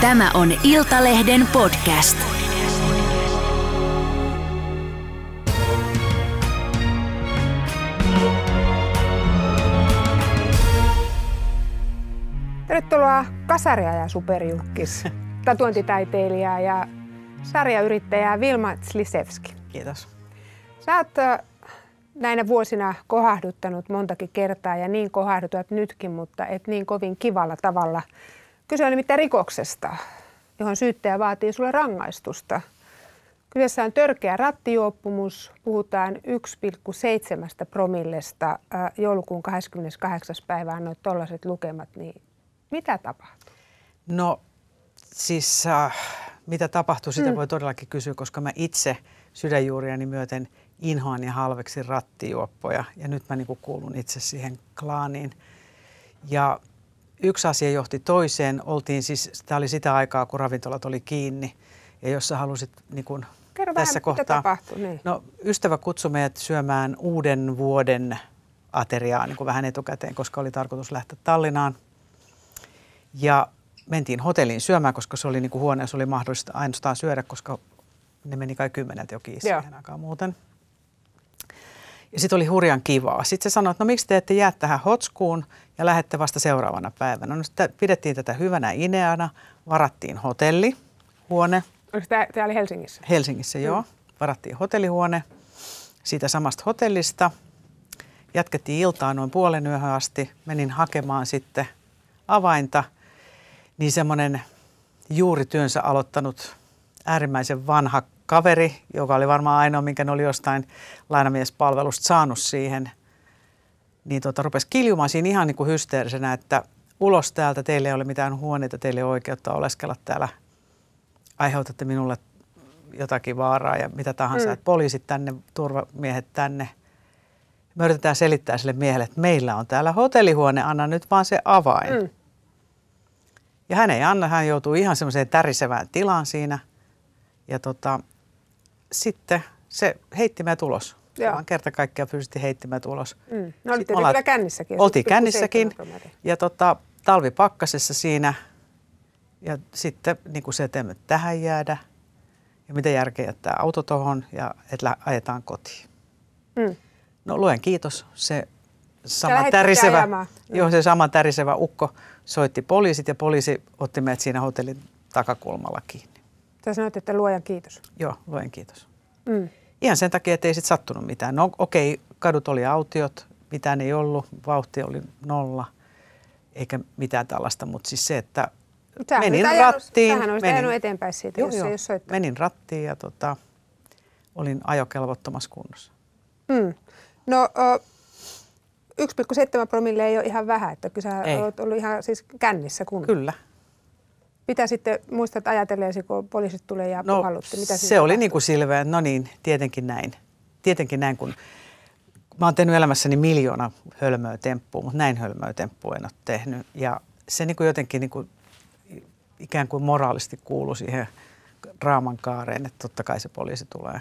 Tämä on Iltalehden podcast. Tervetuloa kasaria ja superjulkkis, tatuointitaiteilija ja sarjayrittäjä Wilma Zlisevski. Kiitos. Sä oot näinä vuosina kohahduttanut montakin kertaa ja niin kohahdutat nytkin, mutta et niin kovin kivalla tavalla. Kyse on nimittäin rikoksesta, johon syyttäjä vaatii sulle rangaistusta. Kyseessä on törkeä rattijuopumus, puhutaan 1,7 promillesta. Joulukuun 28. päivään noit tollaiset lukemat, niin mitä tapahtuu? No siis mitä tapahtuu, sitä voi todellakin kysyä, koska mä itse sydänjuuriani myöten inhoan ja halveksin rattijuoppoja ja nyt mä niinku kuulun itse siihen klaaniin. Ja yksi asia johti toiseen. Tämä oli sitä aikaa, kun ravintolat oli kiinni ja jos sä halusit niinku tässä kohtaa. Mitä tapahtui? Niin. No ystävä kutsui meidät syömään uuden vuoden ateriaa niin kuin vähän etukäteen, koska oli tarkoitus lähteä Tallinnaan. Ja mentiin hotelliin syömään, koska se oli niin kuin huoneessa oli mahdollista ainoastaan syödä, koska ne meni kai 10 jo kiinni siihen aikaan muuten. Ja sitten oli hurjan kivaa. Sitten se sanoi, että no miksi te ette jää tähän hotskuun ja lähdette vasta seuraavana päivänä. No sitten pidettiin tätä hyvänä ideana, varattiin hotellihuone. Oliko tämä oli Helsingissä? Helsingissä, joo. Varattiin hotellihuone siitä samasta hotellista. Jatkettiin iltaa noin puolen yöhön asti. Menin hakemaan sitten avainta. Niin semmoinen juuri työnsä aloittanut äärimmäisen vanha kaveri, joka oli varmaan ainoa, minkä ne oli jostain lainamiespalvelusta saanut siihen, niin rupesi kiljumaan siinä ihan niin kuin hysteerisenä, että ulos täältä, teille ei ole mitään huoneita, teille ei ole oikeutta oleskella täällä. Aiheutatte minulle jotakin vaaraa ja mitä tahansa, että poliisit tänne, turvamiehet tänne. Me yritetään selittää sille miehelle, että meillä on täällä hotellihuone, anna nyt vaan se avain. Ja hän ei anna, hän joutuu ihan semmoiseen tärisevään tilaan siinä. Ja sitten se heitti meidät ulos. Vaan kerta kaikkiaan fyysisesti heitti meidät ulos. No olitte kyllä kännissäkin. Oltiin kännissäkin ja talvipakkasessa siinä. Ja sitten niin kuin se, että emme tähän jäädä ja mitä järkeä jättää auto tuohon ja että ajetaan kotiin. No luen kiitos. Se sama tärisevä ukko soitti poliisit ja poliisi otti meidät siinä hotellin takakulmalla kiinni. Sä sanoit, että luojan kiitos. Joo, luen kiitos. Ihan sen takia, että ei sitten sattunut mitään. No okei, kadut oli autiot, mitään ei ollut, vauhti oli 0, eikä mitään tällaista, mutta siis se, että menin rattiin. Sähän olisit ajanut eteenpäin siitä, jos ei ole soittanut. Menin rattiin ja olin ajokelvottomassa kunnossa. No 1,7 promille ei ole ihan vähän, että kyllä sä olet ollut ihan siis kännissä kunnossa. Kyllä. Mitä sitten muistat ajatelleesi, kun poliisit tulee ja puhallutti? Mitä se oli niin kuin silveä, no niin, tietenkin näin. Tietenkin näin, kun mä oon tehnyt elämässäni miljoona hölmöä temppua, mutta näin hölmöä temppua en ole tehnyt. Ja se niin kuin jotenkin niin kuin ikään kuin moraalisti kuului siihen draaman kaareen, että totta kai se poliisi tulee.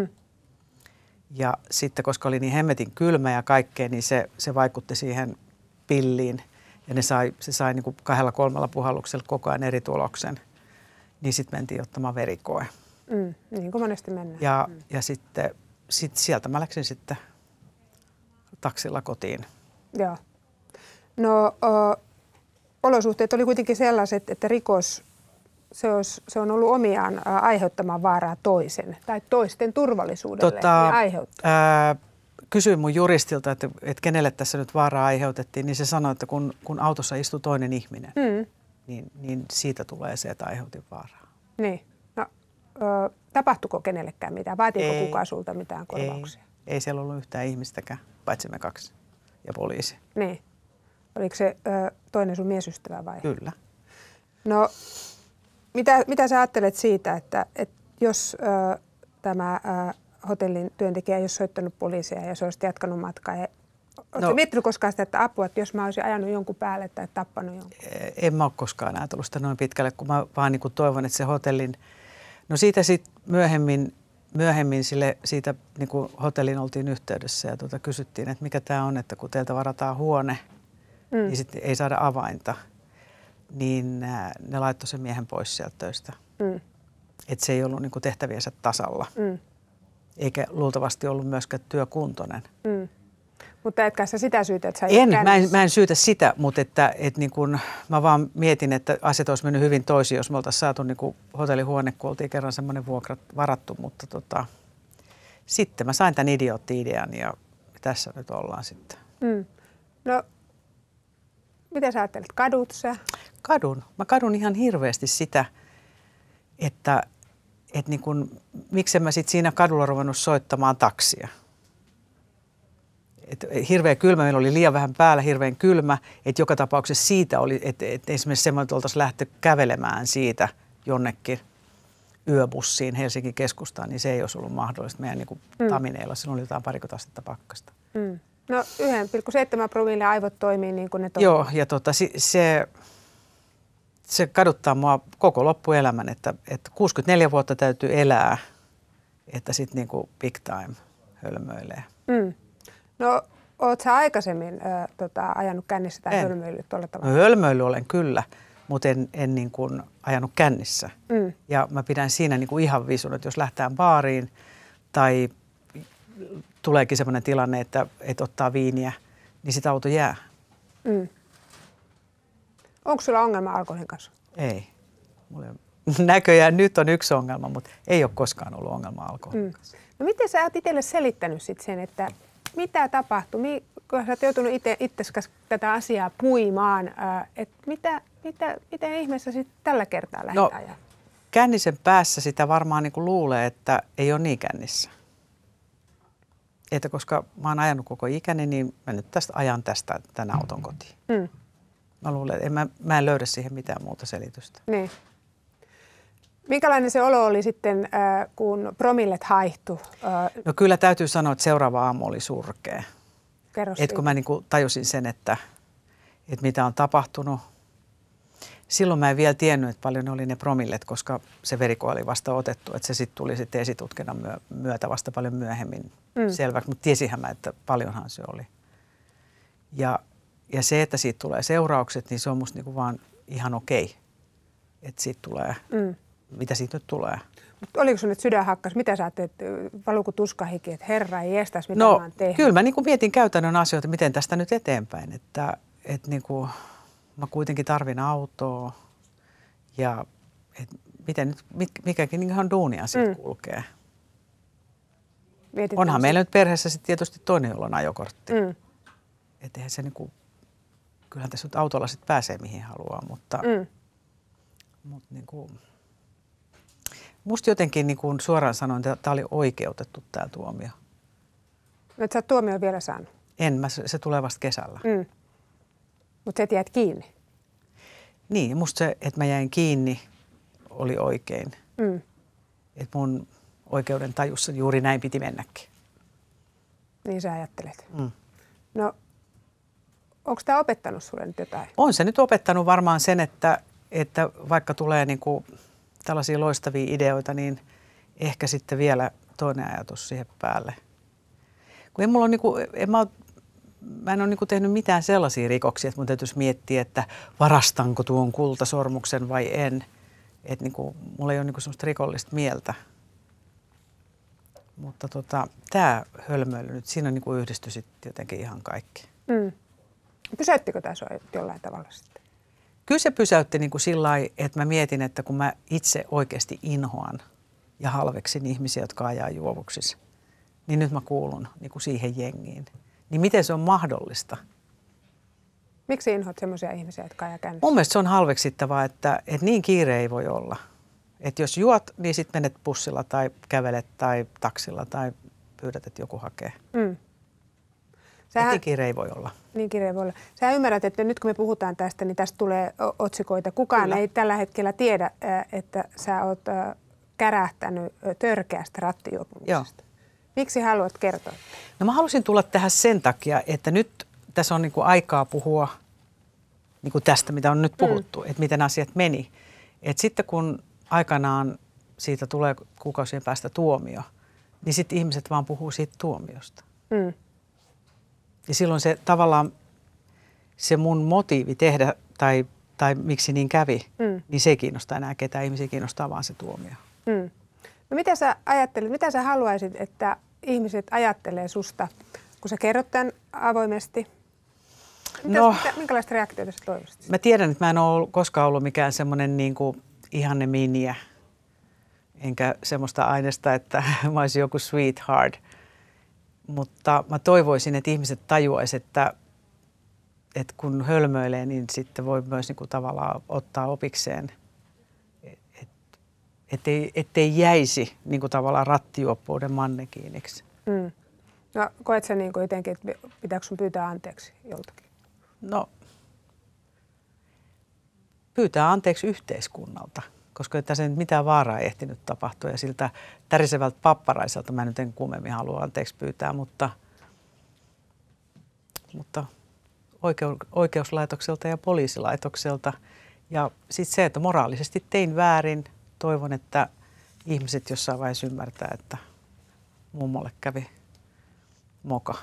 Ja sitten, koska oli niin hemmetin kylmä ja kaikkea, niin se vaikutti siihen pilliin. Ja se sai niin kuin 2-3 puhalluksella koko ajan eri tuloksen. Niin sitten mentiin ottamaan verikoe. Niin kuin monesti mennään. Ja sitten sieltä mä läksin sitten taksilla kotiin. Joo. No olosuhteet oli kuitenkin sellaiset, että rikos se on ollut omiaan aiheuttamaan vaaraa toisen tai toisten turvallisuudelle. Kysyin mun juristilta, että kenelle tässä nyt vaaraa aiheutettiin, niin se sanoi, että kun autossa istui toinen ihminen, niin siitä tulee se, että aiheutin vaaraa. Niin. No, tapahtuiko kenellekään mitään? Vaatiiko kukaan sulta mitään korvauksia? Ei siellä ollut yhtään ihmistäkään, paitsi me 2 ja poliisi. Niin. Oliko se toinen sun miesystävä vai? Kyllä. No, mitä sä ajattelet siitä, että jos tämä hotellin työntekijä ei ole soittanut poliisia ja se olisi jatkanut matkaa? Oletko miettinyt koskaan sitä, että apua, että jos mä olisin ajanut jonkun päälle tai tappanut jonkun? En mä ole koskaan ajatellut sitä noin pitkälle, kun mä vaan niin kuin toivon, että se hotellin... No siitä sitten myöhemmin siitä niin kuin hotellin oltiin yhteydessä ja kysyttiin, että mikä tämä on, että kun teiltä varataan huone, niin sitten ei saada avainta. niin ne laittoi sen miehen pois sieltä töistä. Että se ei ollut niin kuin tehtäviensä tasalla. Eikä luultavasti ollut myöskään työkuntoinen. Mutta etkä sä sitä syytä, että sä mä en syytä sitä, mutta että niin kun, mä vaan mietin, että asiat olisi mennyt hyvin toisin, jos me oltaisiin saatu niin kuin hotellihuone, kun oltiin kerran semmoinen vuokra varattu. Mutta sitten mä sain tämän idiootti-idean ja tässä nyt ollaan sitten. No, mitä sä ajattelet? Kadut sä? Mä kadun ihan hirveästi sitä, että niin kun, miksi en mä sit siinä kadulla ruvennut soittamaan taksia. Hirveän kylmä, meillä oli liian vähän päällä, hirveän kylmä, että joka tapauksessa siitä oli, että esimerkiksi semmoinen, että oltaisiin lähtö kävelemään siitä jonnekin yöbussiin Helsingin keskustaan, niin se ei olisi ollut mahdollista meidän niin kuin tamineilla. Silloin oli jotain parikymmentä astetta pakkasta. No 1,7 promille aivot toimii niin kuin ne toimii. Joo, ja se kaduttaa mua koko loppuelämän, että 64 vuotta täytyy elää, että sitten niin kuin big time hölmöilee. No, oot sä aikaisemmin ajanut kännissä tai hölmöillyt tuolla tavalla? No, hölmöily olen kyllä, mutta en niin kuin ajanut kännissä. Ja mä pidän siinä niin kuin ihan visun, että jos lähtään baariin tai tuleekin sellainen tilanne, että ottaa viiniä, niin sitä auto jää. Onko sulla ongelma alkoholin kanssa? Ei. Näköjään nyt on yksi ongelma, mutta ei ole koskaan ollut ongelma alkoholin kanssa. No miten sä oot itselle selittänyt sit sen, että mitä tapahtui? Kun sä oot joutunut itsessäsi tätä asiaa puimaan, että mitä ihmeessä sitten tällä kertaa lähdetään? No, kännisen päässä sitä varmaan niin kuin luulee, että ei ole niin kännissä. Että koska mä oon ajanut koko ikäni, niin mä nyt ajan tämän auton kotiin. Mä luulen, että mä en löydä siihen mitään muuta selitystä. Niin. Minkälainen se olo oli sitten, kun promillet haihtu? No kyllä täytyy sanoa, että seuraava aamu oli surkea. Että kun mä niin kuin tajusin sen, että mitä on tapahtunut. Silloin mä en vielä tiennyt, että paljon ne oli ne promillet, koska se verikoe oli vasta otettu. Että se sitten tuli sitten esitutkinnan myötä vasta paljon myöhemmin selväksi. Mutta tiesinhän mä, että paljonhan se oli. Ja se, että siitä tulee seuraukset, niin se on musta niinku vaan ihan okei. Että siitä tulee, mitä siitä nyt tulee. Mutta oliko sun nyt sydän hakkas? Mitä sä ajattelet, valuuko tuskahiki, että herra ei estäisi, mitä mä oon tehnyt? Kyllä mä niinku mietin käytännön asioita, miten tästä nyt eteenpäin. Että niinku, mä kuitenkin tarvin autoa ja miten nyt, mikäkin ihan duunia siitä kulkee. Onhan meillä nyt perheessä sitten tietysti toinen, jolla on ajokortti. Että eihän se niinku, kyllähän tässä nyt autolla sitten pääsee mihin haluaa, mutta niinku, musta jotenkin niinku suoraan sanoin, että tämä oli oikeutettu tämä tuomio. No et sä oot tuomio vielä saanut? Se tulee vasta kesällä. Mutta sä et jäät kiinni? Niin, musta se, että mä jäin kiinni, oli oikein. Että mun oikeuden tajussa juuri näin piti mennäkin. Niin sä ajattelet. No, onko tämä opettanut sulle nyt jotain? On se nyt opettanut varmaan sen, että vaikka tulee niinku tällaisia loistavia ideoita, niin ehkä sitten vielä toinen ajatus siihen päälle. Kun mä en ole niinku tehnyt mitään sellaisia rikoksia, että mun täytyisi miettiä, että varastanko tuon kultasormuksen vai en. Että niinku, mulla ei ole niinku semmoista rikollista mieltä. Mutta tämä hölmöily nyt, siinä niinku yhdistyi sitten jotenkin ihan kaikki. Pysäyttikö tämä sua jollain tavalla sitten? Kyllä se pysäytti niin kuin sillä lailla, että mä mietin, että kun mä itse oikeasti inhoan ja halveksin ihmisiä, jotka ajaa juovuksissa, niin nyt mä kuulun niin kuin siihen jengiin. Niin miten se on mahdollista? Miksi inhoat semmoisia ihmisiä, jotka ajaa kännissä? Mun mielestä se on halveksittavaa, että niin kiire ei voi olla. Että jos juot, niin sitten menet bussilla tai kävelet tai taksilla tai pyydät, että joku hakee. Niin kiire ei voi olla. Niin kiire ei voi olla. Sä ymmärrät, että nyt kun me puhutaan tästä, niin tästä tulee otsikoita. Kukaan ei tällä hetkellä tiedä, että sä oot kärähtänyt törkeästä rattijuopumuksesta. Miksi haluat kertoa? No mä halusin tulla tähän sen takia, että nyt tässä on niinku aikaa puhua niinku tästä, mitä on nyt puhuttu, että miten asiat meni. Et sitten kun aikanaan siitä tulee kuukausien päästä tuomio, niin sitten ihmiset vaan puhuu siitä tuomiosta. Ja silloin se tavallaan se mun motiivi tehdä tai tai miksi niin kävi, niin se ei kiinnosta enää ketään. Ihmisiä kiinnostaa vaan se tuomio. No mitä sä ajattelet, mitä sä haluaisit, että ihmiset ajattelee susta, kun sä kerrot tämän avoimesti? Minkälaista reaktiota sä toivoisit? Mä tiedän, että mä en ole koskaan ollut mikään semmoinen niin kuin ihanne miniä, enkä semmoista aineesta, että mä olisin joku sweetheart. Mutta mä toivoisin, että ihmiset tajuaisivat, että kun hölmöilee, niin sitten voi myös niin kuin tavallaan ottaa opikseen, ettei jäisi niin kuin tavallaan rattijuoppouden mannekiiniksi. No koet sä niin kuin jotenkin, että pitääkö sun pyytää anteeksi joltakin? No, pyytää anteeksi yhteiskunnalta, koska tässä ei mitään vaaraa ehtinyt tapahtua. Ja siltä tärisevältä papparaiselta mä nyt en kummemmin halua anteeksi pyytää, mutta oikeuslaitokselta ja poliisilaitokselta. Ja sitten se, että moraalisesti tein väärin, toivon, että ihmiset jossain vaiheessa ymmärtää, että mummolle kävi moka.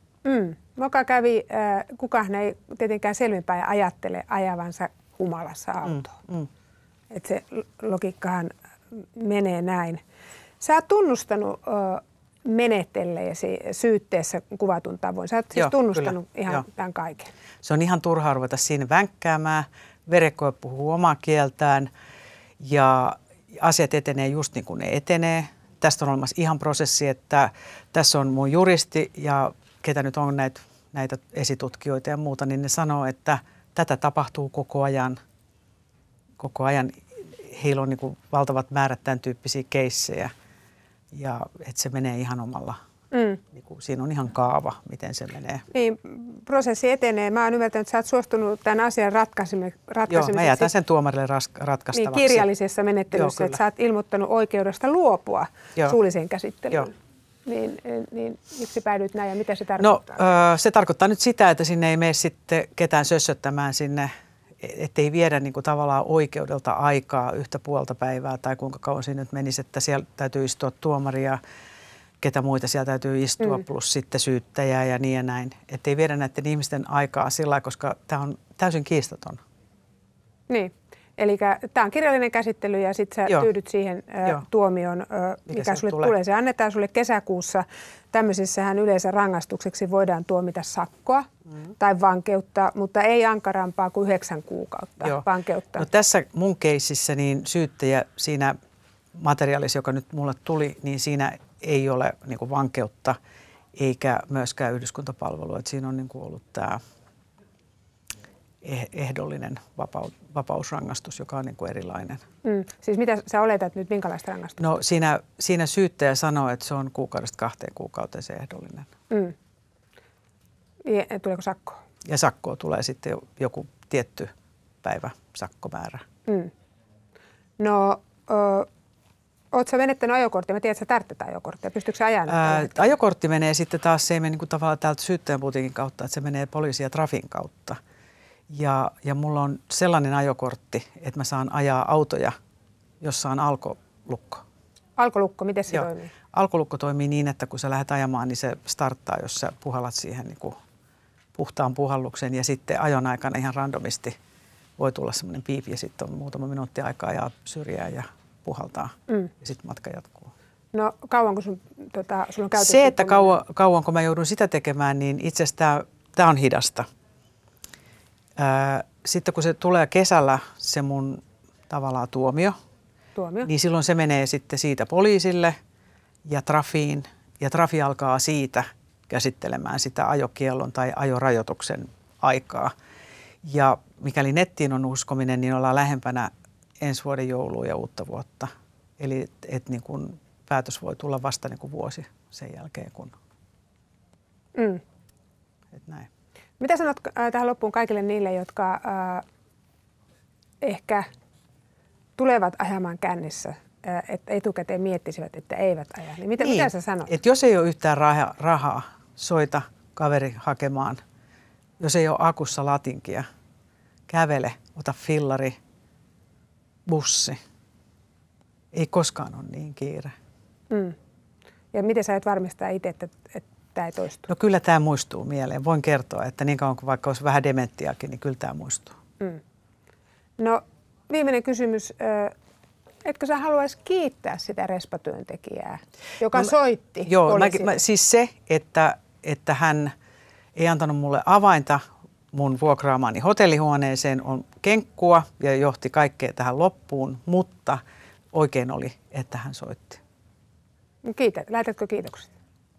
Moka kävi, kukaan ei tietenkään selvinpäin ajattele ajavansa humalassa autoon. Että se logiikkahan menee näin. Sä oot tunnustanut menetelleesi syytteessä kuvatun tavoin. Sä oot siis tunnustanut kyllä, ihan tämän kaiken. Se on ihan turhaa ruveta siinä vänkkäämään. Verekoe puhuu omaa kieltään ja asiat etenee just niin kuin ne etenee. Tästä on olemassa ihan prosessi, että tässä on mun juristi ja ketä nyt on näitä esitutkijoita ja muuta, niin ne sanoo, että tätä tapahtuu koko ajan. Koko ajan heillä on niin kuin valtavat määrät tämän tyyppisiä keissejä ja että se menee ihan omalla. Niin kuin, siinä on ihan kaava, miten se menee. Niin, prosessi etenee. Mä oon ymmärtänyt, että sä oot suostunut tämän asian ratkaisemiseksi. Joo, mä jätän sen tuomarille ratkaistavaksi. Niin, kirjallisessa menettelyssä, että sä oot ilmoittanut oikeudesta luopua suulliseen käsittelyyn. Niin miksi päädyit näin ja mitä se tarkoittaa? No se tarkoittaa nyt sitä, että sinne ei mene sitten ketään sössöttämään sinne, ettei viedä niin kuin tavallaan oikeudelta aikaa yhtä puolta päivää tai kuinka kauan siinä nyt menisi, että siellä täytyy istua tuomaria, ketä muita siellä täytyy istua, plus sitten syyttäjää ja niin ja näin. Ettei viedä näiden ihmisten aikaa sillä lailla, koska tämä on täysin kiistaton. Niin. Eli tämä on kirjallinen käsittely ja sitten sä tyydyt siihen tuomioon, mikä sulle tulee. Se annetaan sulle kesäkuussa. Tämmöisissähän yleensä rangaistukseksi voidaan tuomita sakkoa tai vankeutta, mutta ei ankarampaa kuin 9 kuukautta vankeutta. No tässä mun keississä niin syyttäjä siinä materiaalissa, joka nyt mulle tuli, niin siinä ei ole niin kuin vankeutta eikä myöskään yhdyskuntapalvelua. Et siinä on niin kuin ollut tämä ehdollinen vapausrangaistus, joka on niin kuin erilainen. Siis mitä sä oletat nyt, minkälaista rangaistusta? No siinä syyttäjä sanoo, että se on 2 kuukauteen se ehdollinen. Ja tuleeko sakkoa? Ja sakkoa tulee sitten joku tietty päivä sakkomäärä. No, ootko sä menettänyt ajokorttia? Mä tiedän, että sä tarvitset ajokorttia. Pystytkö sä ajamaan? Ajokortti menee sitten taas, se ei mene niin kuin tavallaan täältä syyttäjän putiikin kautta, että se menee poliisi- ja trafin kautta. Ja mulla on sellainen ajokortti, että mä saan ajaa autoja, jossa on alkolukko. Alkolukko, miten se toimii? Alkolukko toimii niin, että kun sä lähdet ajamaan, niin se starttaa, jos sä puhallat siihen niin kuin puhtaan puhalluksen. Ja sitten ajon aikana ihan randomisti voi tulla semmoinen piipi ja sitten on muutama minuutti aikaa ajaa syrjään ja puhaltaa. Ja sitten matka jatkuu. No kauanko sulla on käytössä? Se, että kauanko mä joudun sitä tekemään, niin itse asiassa tämä on hidasta. Sitten kun se tulee kesällä se mun tavallaan tuomio, niin silloin se menee sitten siitä poliisille ja trafiin. Ja trafi alkaa siitä käsittelemään sitä ajokiellon tai ajorajoituksen aikaa. Ja mikäli nettiin on uskominen, niin ollaan lähempänä ensi vuoden joulua ja uutta vuotta. Eli että niin kun päätös voi tulla vasta niin kun vuosi sen jälkeen, kun... Et näin. Mitä sanot tähän loppuun kaikille niille, jotka ehkä tulevat ajamaan kännissä, että etukäteen miettisivät, että eivät aja? Niin mitä sä sanot? Et jos ei ole yhtään rahaa, soita kaveri hakemaan. Jos ei ole akussa latinkia, kävele, ota fillari, bussi. Ei koskaan ole niin kiire. Ja miten sä et varmistaa itse, että tämä ei toistu? No kyllä tämä muistuu mieleen. Voin kertoa, että niin kauan kuin vaikka olisi vähän dementiaakin, niin kyllä tämä muistuu. No viimeinen kysymys. Etkö sä haluaisi kiittää sitä respatyöntekijää, joka soitti poliisille? Siis se, että hän ei antanut mulle avainta mun vuokraamaani hotellihuoneeseen, on kenkkua ja johti kaikkea tähän loppuun, mutta oikein oli, että hän soitti. Lähetätkö kiitokset?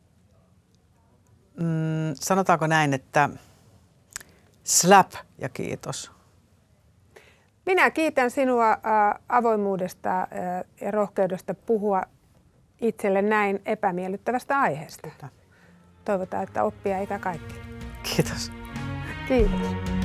Sanotaanko näin, että slap ja kiitos. Minä kiitän sinua avoimuudesta ja rohkeudesta puhua itselle näin epämiellyttävästä aiheesta. Toivotaan, että oppia eikä kaikki. Kiitos. Kiitos.